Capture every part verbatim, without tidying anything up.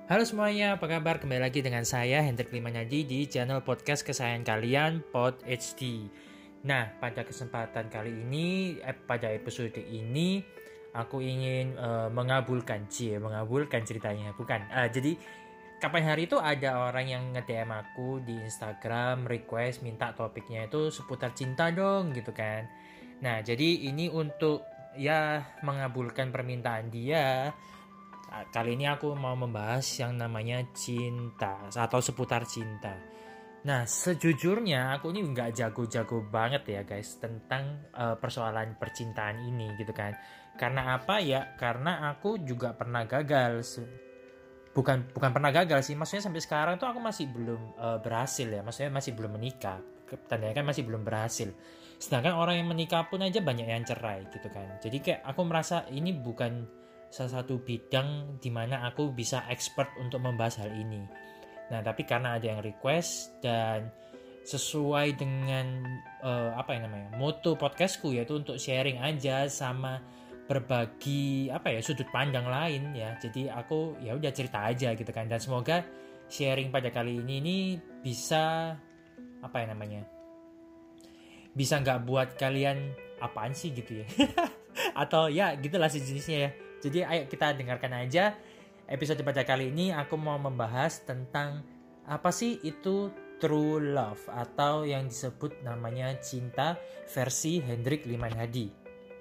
Halo semuanya, apa kabar? Kembali lagi dengan saya Hendrik Limanadi di channel podcast kesayangan kalian Pod H D. Nah, pada kesempatan kali ini, eh, pada episode ini aku ingin uh, mengabulkan cie, mengabulkan ceritanya, bukan. Uh, jadi kapan hari itu ada orang yang nge-D M aku di Instagram request minta topiknya itu seputar cinta dong gitu kan. Nah, jadi ini untuk ya mengabulkan permintaan dia. Kali ini aku mau membahas yang namanya cinta atau seputar cinta. Nah, sejujurnya aku ini nggak jago-jago banget ya guys tentang uh, persoalan percintaan ini gitu kan. Karena apa ya? Karena aku juga pernah gagal. Bukan bukan pernah gagal sih, maksudnya sampai sekarang tuh aku masih belum uh, berhasil ya. Maksudnya masih belum menikah. Tandanya kan masih belum berhasil. Sedangkan orang yang menikah pun aja banyak yang cerai gitu kan. Jadi kayak aku merasa ini bukan salah satu bidang di mana aku bisa expert untuk membahas hal ini. Nah, tapi karena ada yang request dan sesuai dengan uh, apa yang namanya moto podcastku, yaitu untuk sharing aja sama berbagi apa ya sudut pandang lain ya. Jadi aku ya udah cerita aja gitu kan, dan semoga sharing pada kali ini ini bisa apa ya namanya bisa nggak buat kalian apaan sih gitu ya atau ya gitulah sejenisnya ya. Jadi ayo kita dengarkan aja episode pada kali ini. Aku mau membahas tentang apa sih itu true love atau yang disebut namanya cinta versi Hendrik Limanadi.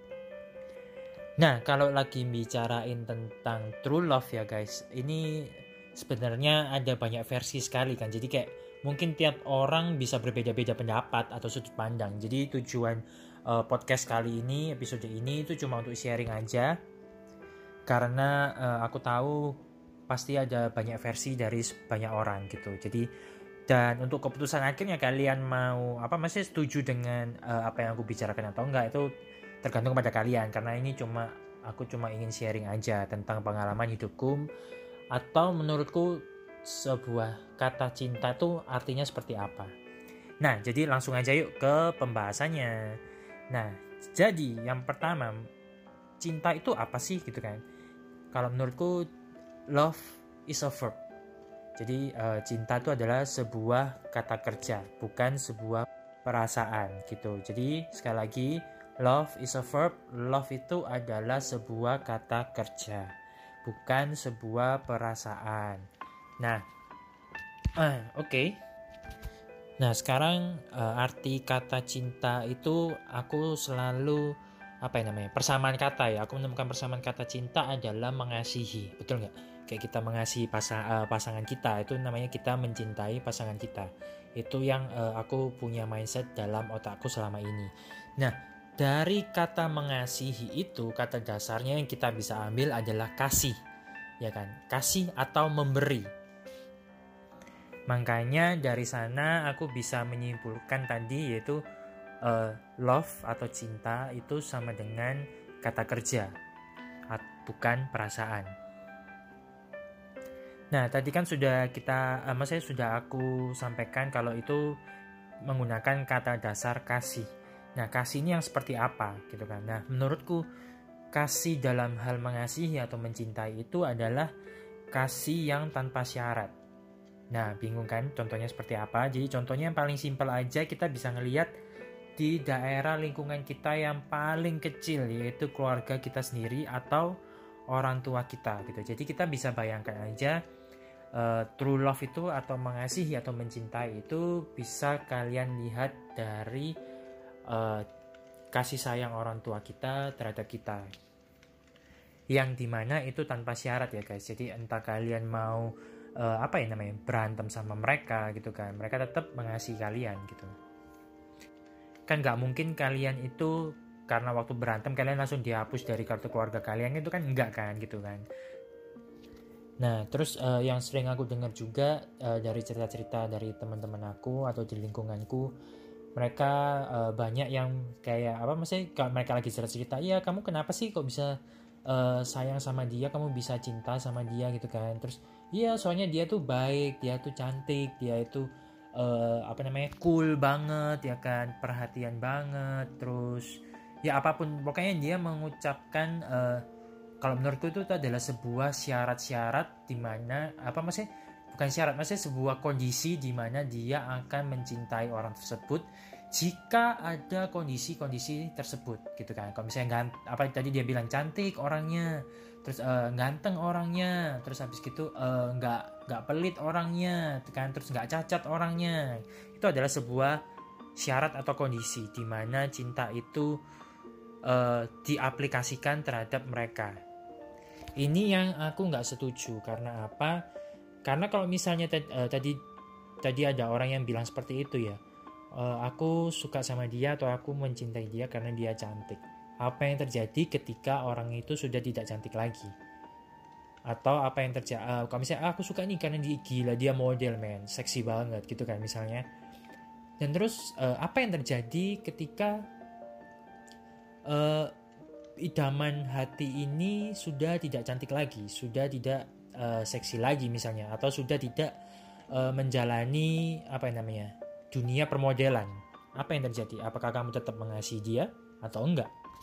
Nah, kalau lagi bicarain tentang true love ya guys, ini sebenarnya ada banyak versi sekali kan. Jadi kayak mungkin tiap orang bisa berbeda-beda pendapat atau sudut pandang. Jadi tujuan uh, podcast kali ini, episode ini itu cuma untuk sharing aja. Karena uh, aku tahu pasti ada banyak versi dari banyak orang gitu. Jadi dan untuk keputusan akhirnya kalian mau apa masih setuju dengan uh, apa yang aku bicarakan atau enggak itu tergantung pada kalian. Karena ini cuma aku cuma ingin sharing aja tentang pengalaman hidupku atau menurutku sebuah kata cinta tuh artinya seperti apa. Nah, jadi langsung aja yuk ke pembahasannya. Nah, jadi yang pertama, cinta itu apa sih gitu kan? Kalau menurutku love is a verb. Jadi uh, cinta itu adalah sebuah kata kerja, bukan sebuah perasaan gitu. Jadi sekali lagi, love is a verb. Love itu adalah sebuah kata kerja, bukan sebuah perasaan. Nah, uh, oke. Okay. Nah sekarang uh, arti kata cinta itu aku selalu apa yang namanya persamaan kata ya. Aku menemukan persamaan kata cinta adalah mengasihi, betul nggak? Kayak kita mengasihi pasang, uh, pasangan kita itu namanya kita mencintai pasangan kita. Itu yang uh, aku punya mindset dalam otakku selama ini. Nah, dari kata mengasihi itu kata dasarnya yang kita bisa ambil adalah kasih, ya kan? Kasih atau memberi. Makanya dari sana aku bisa menyimpulkan tadi yaitu Uh, love atau cinta itu sama dengan kata kerja, bukan perasaan. Nah, tadi kan sudah kita, uh, maksudnya sudah aku sampaikan kalau itu menggunakan kata dasar kasih. Nah, kasih ini yang seperti apa gitu kan? Nah, menurutku kasih dalam hal mengasihi atau mencintai itu adalah kasih yang tanpa syarat. Nah, bingung kan contohnya seperti apa? Jadi contohnya yang paling simpel aja kita bisa ngelihat di daerah lingkungan kita yang paling kecil, yaitu keluarga kita sendiri atau orang tua kita gitu. Jadi kita bisa bayangkan aja uh, true love itu atau mengasihi atau mencintai itu bisa kalian lihat dari uh, kasih sayang orang tua kita terhadap kita, yang dimana itu tanpa syarat ya guys. Jadi entah kalian mau uh, apa ya namanya berantem sama mereka gitu kan, mereka tetap mengasihi kalian gitu. Kan gak mungkin kalian itu karena waktu berantem kalian langsung dihapus dari kartu keluarga kalian, itu kan enggak kan gitu kan. Nah terus uh, yang sering aku dengar juga uh, dari cerita-cerita dari teman-teman aku atau di lingkunganku, mereka uh, banyak yang kayak apa, maksudnya kalau mereka lagi cerita-cerita, iya kamu kenapa sih kok bisa uh, sayang sama dia, kamu bisa cinta sama dia gitu kan. Terus iya soalnya dia tuh baik, dia tuh cantik, dia itu Uh, apa namanya cool banget ya kan, perhatian banget, terus ya apapun pokoknya dia mengucapkan uh, kalau menurutku itu, itu adalah sebuah syarat-syarat di mana apa maksudnya bukan syarat, maksudnya sebuah kondisi di mana dia akan mencintai orang tersebut jika ada kondisi-kondisi tersebut gitu kan. Kalau misalnya gant, apa tadi dia bilang cantik orangnya, terus uh, ganteng orangnya, terus habis gitu uh, nggak nggak pelit orangnya kan, terus nggak cacat orangnya, itu adalah sebuah syarat atau kondisi di mana cinta itu uh, diaplikasikan terhadap mereka. Ini yang aku nggak setuju. Karena apa? Karena kalau misalnya t- uh, tadi tadi ada orang yang bilang seperti itu ya, uh, aku suka sama dia atau aku mencintai dia karena dia cantik. Apa yang terjadi ketika orang itu sudah tidak cantik lagi? Atau apa yang terjadi uh, kalau misalnya ah, aku suka nih karena dia gila, dia model men, seksi banget gitu kan misalnya. Dan terus uh, apa yang terjadi ketika uh, idaman hati ini sudah tidak cantik lagi, sudah tidak uh, seksi lagi misalnya, atau sudah tidak uh, menjalani apa yang namanya dunia permodelan. Apa yang terjadi? Apakah kamu tetap mengasihi dia atau enggak?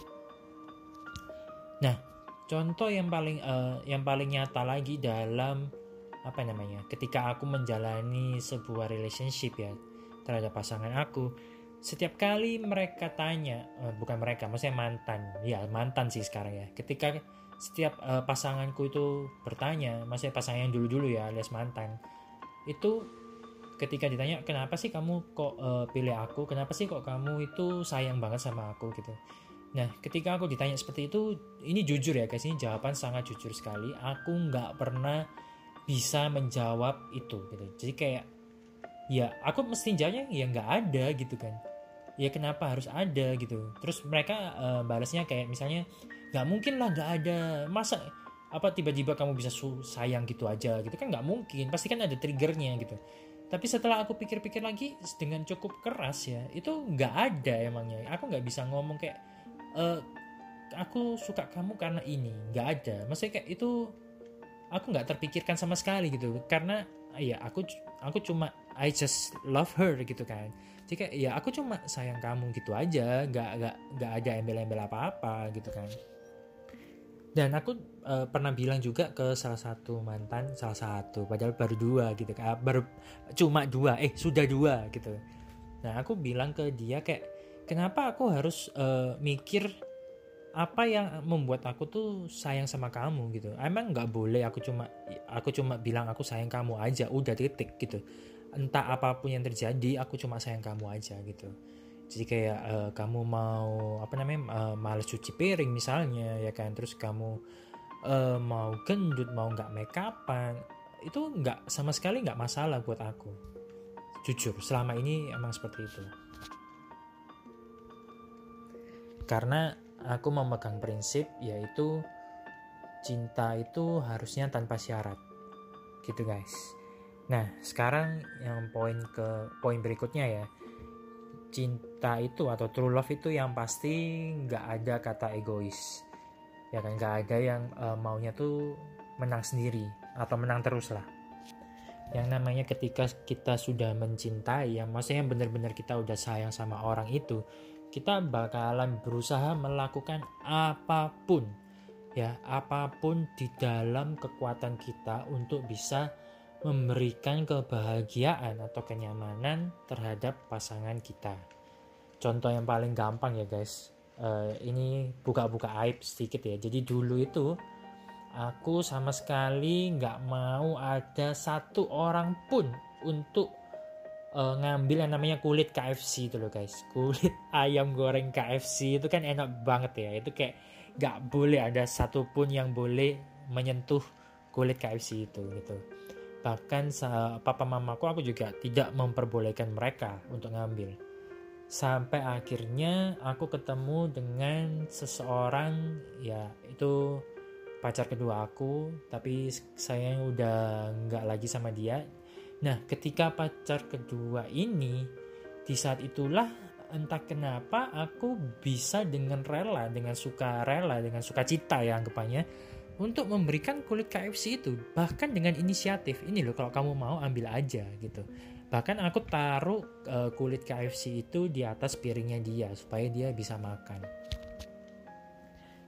Nah, contoh yang paling uh, yang paling nyata lagi dalam apa namanya ketika aku menjalani sebuah relationship ya terhadap pasangan aku. Setiap kali mereka tanya, uh, bukan mereka, maksudnya mantan, ya mantan sih sekarang ya. Ketika setiap uh, pasanganku itu bertanya, maksudnya pasangan yang dulu-dulu ya alias mantan, itu ketika ditanya kenapa sih kamu kok uh, pilih aku, kenapa sih kok kamu itu sayang banget sama aku gitu. Nah, ketika aku ditanya seperti itu, ini jujur ya guys, ini jawaban sangat jujur sekali. Aku nggak pernah bisa menjawab itu gitu. Jadi kayak ya aku mesti jawabnya ya nggak ada gitu kan. Ya kenapa harus ada gitu. Terus mereka uh, balasnya kayak misalnya nggak mungkin lah nggak ada, masa apa tiba-tiba kamu bisa sayang gitu aja gitu kan, nggak mungkin, pasti kan ada triggernya gitu. Tapi setelah aku pikir-pikir lagi dengan cukup keras ya, itu nggak ada emangnya. Aku nggak bisa ngomong kayak e, aku suka kamu karena ini, nggak ada. Maksudnya kayak itu aku nggak terpikirkan sama sekali gitu. Karena ya aku aku cuma I just love her gitu kan. Jadi kayak ya aku cuma sayang kamu gitu aja, nggak nggak nggak ada embel-embel apa-apa gitu kan. Dan aku uh, pernah bilang juga ke salah satu mantan, salah satu padahal baru dua gitu kan, baru cuma dua, eh sudah dua gitu. Nah aku bilang ke dia kayak kenapa aku harus uh, mikir apa yang membuat aku tuh sayang sama kamu gitu. Emang nggak boleh aku cuma aku cuma bilang aku sayang kamu aja, udah titik gitu. Entah apapun yang terjadi, aku cuma sayang kamu aja gitu. Jadi kayak uh, kamu mau apa namanya uh, malas cuci piring misalnya ya kan, terus kamu uh, mau gendut, mau nggak make upan, itu nggak sama sekali nggak masalah buat aku. Jujur selama ini emang seperti itu. Karena aku memegang prinsip yaitu cinta itu harusnya tanpa syarat gitu guys. Nah sekarang yang poin ke poin berikutnya ya, cinta itu atau true love itu yang pasti nggak ada kata egois ya kan, nggak ada yang uh, maunya tuh menang sendiri atau menang terus lah. Yang namanya ketika kita sudah mencintai ya, maksudnya benar-benar kita udah sayang sama orang itu, kita bakalan berusaha melakukan apapun ya, apapun di dalam kekuatan kita untuk bisa memberikan kebahagiaan atau kenyamanan terhadap pasangan kita. Contoh yang paling gampang ya guys, uh, ini buka-buka aib sedikit ya. Jadi dulu itu aku sama sekali nggak mau ada satu orang pun untuk uh, ngambil yang namanya kulit K F C itu loh guys. Kulit ayam goreng K F C itu kan enak banget ya. Itu kayak nggak boleh ada satupun yang boleh menyentuh kulit K F C itu gitu. Bahkan papa mamaku aku juga tidak memperbolehkan mereka untuk ngambil. Sampai akhirnya aku ketemu dengan seseorang ya, itu pacar kedua aku, tapi saya udah nggak lagi sama dia. Nah ketika pacar kedua ini, di saat itulah entah kenapa aku bisa dengan rela, dengan suka rela, dengan sukacita ya anggapannya, untuk memberikan kulit K F C itu, bahkan dengan inisiatif, ini loh kalau kamu mau ambil aja gitu. Bahkan aku taruh uh, kulit K F C itu di atas piringnya dia supaya dia bisa makan.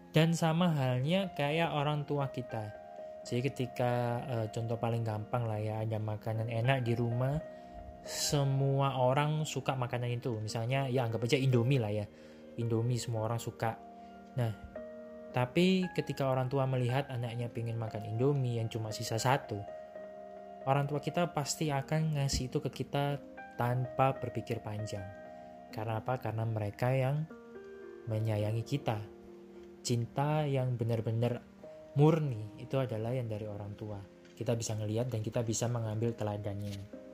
Dan sama halnya kayak orang tua kita. Jadi ketika uh, contoh paling gampang lah ya, ada makanan enak di rumah, semua orang suka makanan itu. Misalnya ya anggap aja Indomie lah ya, Indomie semua orang suka. Nah, tapi ketika orang tua melihat anaknya pengen makan Indomie yang cuma sisa satu, orang tua kita pasti akan ngasih itu ke kita tanpa berpikir panjang. Karena apa? Karena mereka yang menyayangi kita. Cinta yang benar-benar murni itu adalah yang dari orang tua. Kita bisa ngelihat dan kita bisa mengambil teladannya.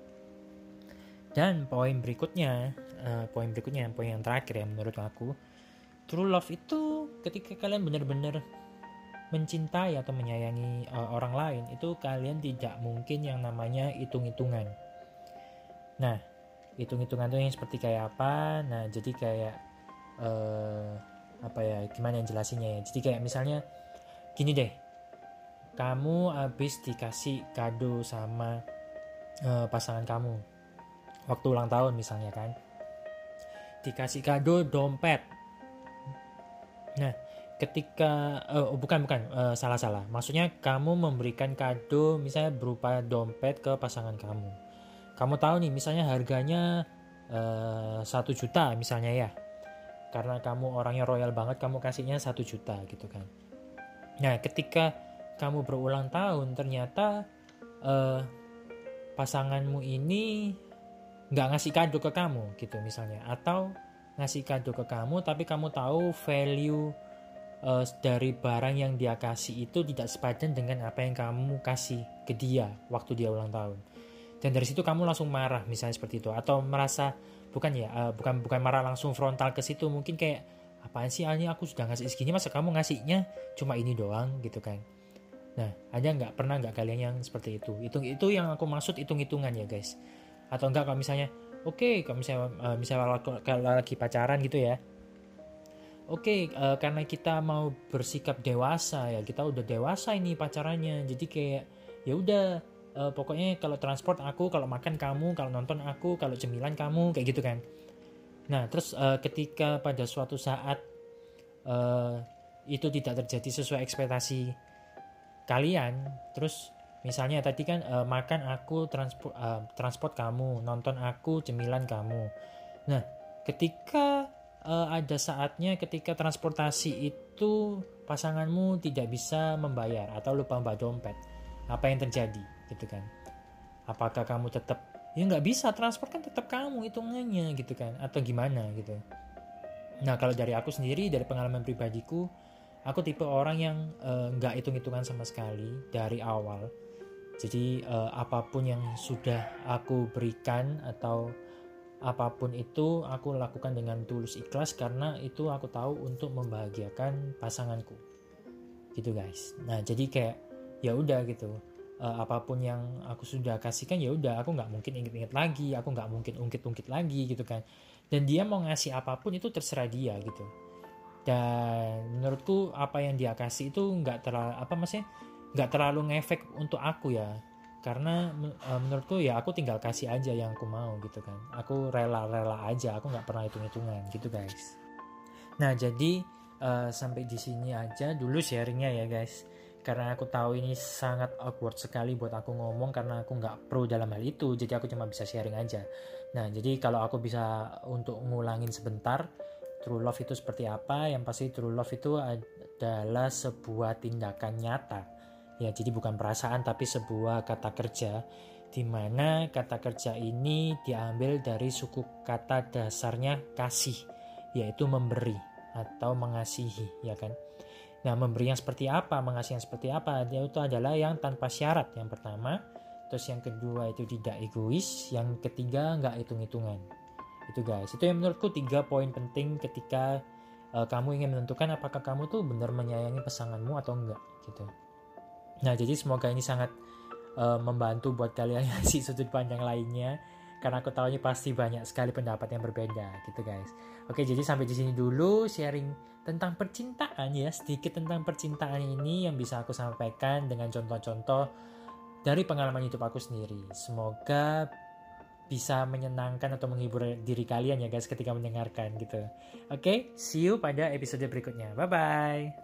Dan poin berikutnya, uh, poin berikutnya, poin yang terakhir ya menurut aku, true love itu ketika kalian benar-benar mencintai atau menyayangi uh, orang lain, itu kalian tidak mungkin yang namanya hitung-hitungan. Nah, hitung-hitungan itu yang seperti kayak apa? Nah, jadi kayak uh, apa ya, gimana yang jelasinnya ya? Jadi kayak misalnya gini deh, kamu habis dikasih kado sama uh, pasangan kamu waktu ulang tahun misalnya kan, dikasih kado dompet. Nah, ketika uh, oh, bukan bukan uh, salah salah, maksudnya kamu memberikan kado misalnya berupa dompet ke pasangan kamu. Kamu tahu nih misalnya harganya uh, satu juta misalnya ya. Karena kamu orangnya royal banget, kamu kasihnya satu juta gitu kan. Nah, ketika kamu berulang tahun, ternyata eh, pasanganmu ini nggak ngasih kado ke kamu gitu misalnya. Atau ngasih kado ke kamu, tapi kamu tahu value eh, dari barang yang dia kasih itu tidak sepadan dengan apa yang kamu kasih ke dia waktu dia ulang tahun. Dan dari situ kamu langsung marah misalnya seperti itu. Atau merasa bukan ya uh, bukan bukan marah langsung frontal ke situ, mungkin kayak apaan sih ini aku sudah ngasih segini masa kamu ngasihnya cuma ini doang gitu kan. Nah, ada nggak pernah nggak kalian yang seperti itu? Itu itu yang aku maksud hitung-hitungan ya guys. Atau enggak kalau misalnya oke okay, kalau misalnya uh, misalnya kalau lagi pacaran gitu ya, oke okay, uh, karena kita mau bersikap dewasa ya, kita udah dewasa ini pacarannya, jadi kayak ya udah Uh, pokoknya kalau transport aku, kalau makan kamu, kalau nonton aku, kalau cemilan kamu, kayak gitu kan. Nah, terus uh, ketika pada suatu saat uh, itu tidak terjadi sesuai ekspektasi kalian, terus misalnya tadi kan uh, makan aku, transport, uh, transport kamu, nonton aku, cemilan kamu. Nah, ketika uh, ada saatnya ketika transportasi itu pasanganmu tidak bisa membayar atau lupa bawa dompet, apa yang terjadi? Gitu kan, apakah kamu tetap ya nggak bisa, transport kan tetap kamu hitungannya gitu kan, atau gimana gitu. Nah, kalau dari aku sendiri, dari pengalaman pribadiku, aku tipe orang yang nggak uh, hitung-hitungan sama sekali dari awal. Jadi uh, apapun yang sudah aku berikan atau apapun itu aku lakukan dengan tulus ikhlas, karena itu aku tahu untuk membahagiakan pasanganku gitu guys. Nah, jadi kayak ya udah gitu. Uh, apapun yang aku sudah kasihkan ya udah, aku nggak mungkin inget-inget lagi, aku nggak mungkin ungkit-ungkit lagi gitu kan. Dan dia mau ngasih apapun itu terserah dia gitu. Dan menurutku apa yang dia kasih itu nggak terlalu apa maksudnya nggak terlalu ngefek untuk aku ya. Karena uh, menurutku ya aku tinggal kasih aja yang aku mau gitu kan. Aku rela-rela aja, aku nggak pernah hitung-hitungan gitu guys. Nah, jadi uh, sampai di sini aja dulu sharingnya ya guys. Karena aku tahu ini sangat awkward sekali buat aku ngomong, karena aku nggak pro dalam hal itu, jadi aku cuma bisa sharing aja. Nah, jadi kalau aku bisa untuk ngulangin sebentar, true love itu seperti apa? Yang pasti true love itu adalah sebuah tindakan nyata. Ya, jadi bukan perasaan tapi sebuah kata kerja, di mana kata kerja ini diambil dari suku kata dasarnya kasih, yaitu memberi atau mengasihi, ya kan? Nah, memberi yang seperti apa, mengasihi yang seperti apa, dia itu adalah yang tanpa syarat yang pertama. Terus yang kedua itu tidak egois, yang ketiga nggak hitung-hitungan. Itu guys, itu yang menurutku tiga poin penting ketika uh, kamu ingin menentukan apakah kamu tuh benar menyayangi pasanganmu atau enggak gitu. Nah, jadi semoga ini sangat uh, membantu buat kalian yang ngasih sudut pandang lainnya, karena aku tahu ini pasti banyak sekali pendapat yang berbeda gitu guys. Oke, jadi sampai di sini dulu sharing tentang percintaan ya, sedikit tentang percintaan ini yang bisa aku sampaikan dengan contoh-contoh dari pengalaman hidup aku sendiri. Semoga bisa menyenangkan atau menghibur diri kalian ya guys ketika mendengarkan gitu. Oke, see you pada episode berikutnya. Bye bye.